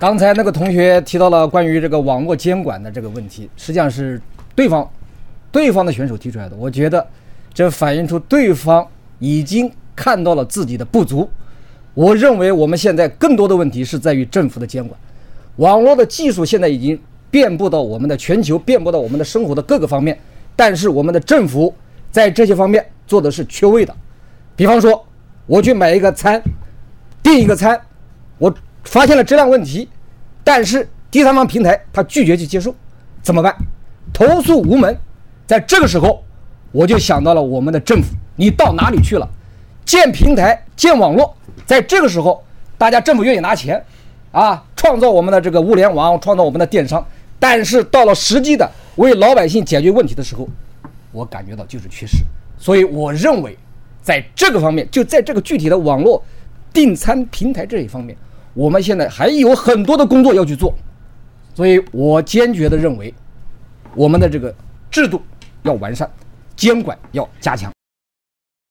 刚才那个同学提到了关于这个网络监管的这个问题，实际上是对方的选手提出来的。我觉得这反映出对方已经看到了自己的不足。我认为我们现在更多的问题是在于政府的监管。网络的技术现在已经遍布到我们的全球，遍布到我们的生活的各个方面，但是我们的政府在这些方面做的是缺位的。比方说我去买一个餐，订一个餐，我发现了质量问题，但是第三方平台他拒绝去接受，怎么办？投诉无门。在这个时候我就想到了我们的政府，你到哪里去了？建平台建网络，在这个时候大家政府愿意拿钱创造我们的这个物联网，创造我们的电商，但是到了实际的为老百姓解决问题的时候，我感觉到就是缺失。所以我认为在这个方面，就在这个具体的网络订餐平台这一方面，我们现在还有很多的工作要去做。所以我坚决的认为我们的这个制度要完善，监管要加强。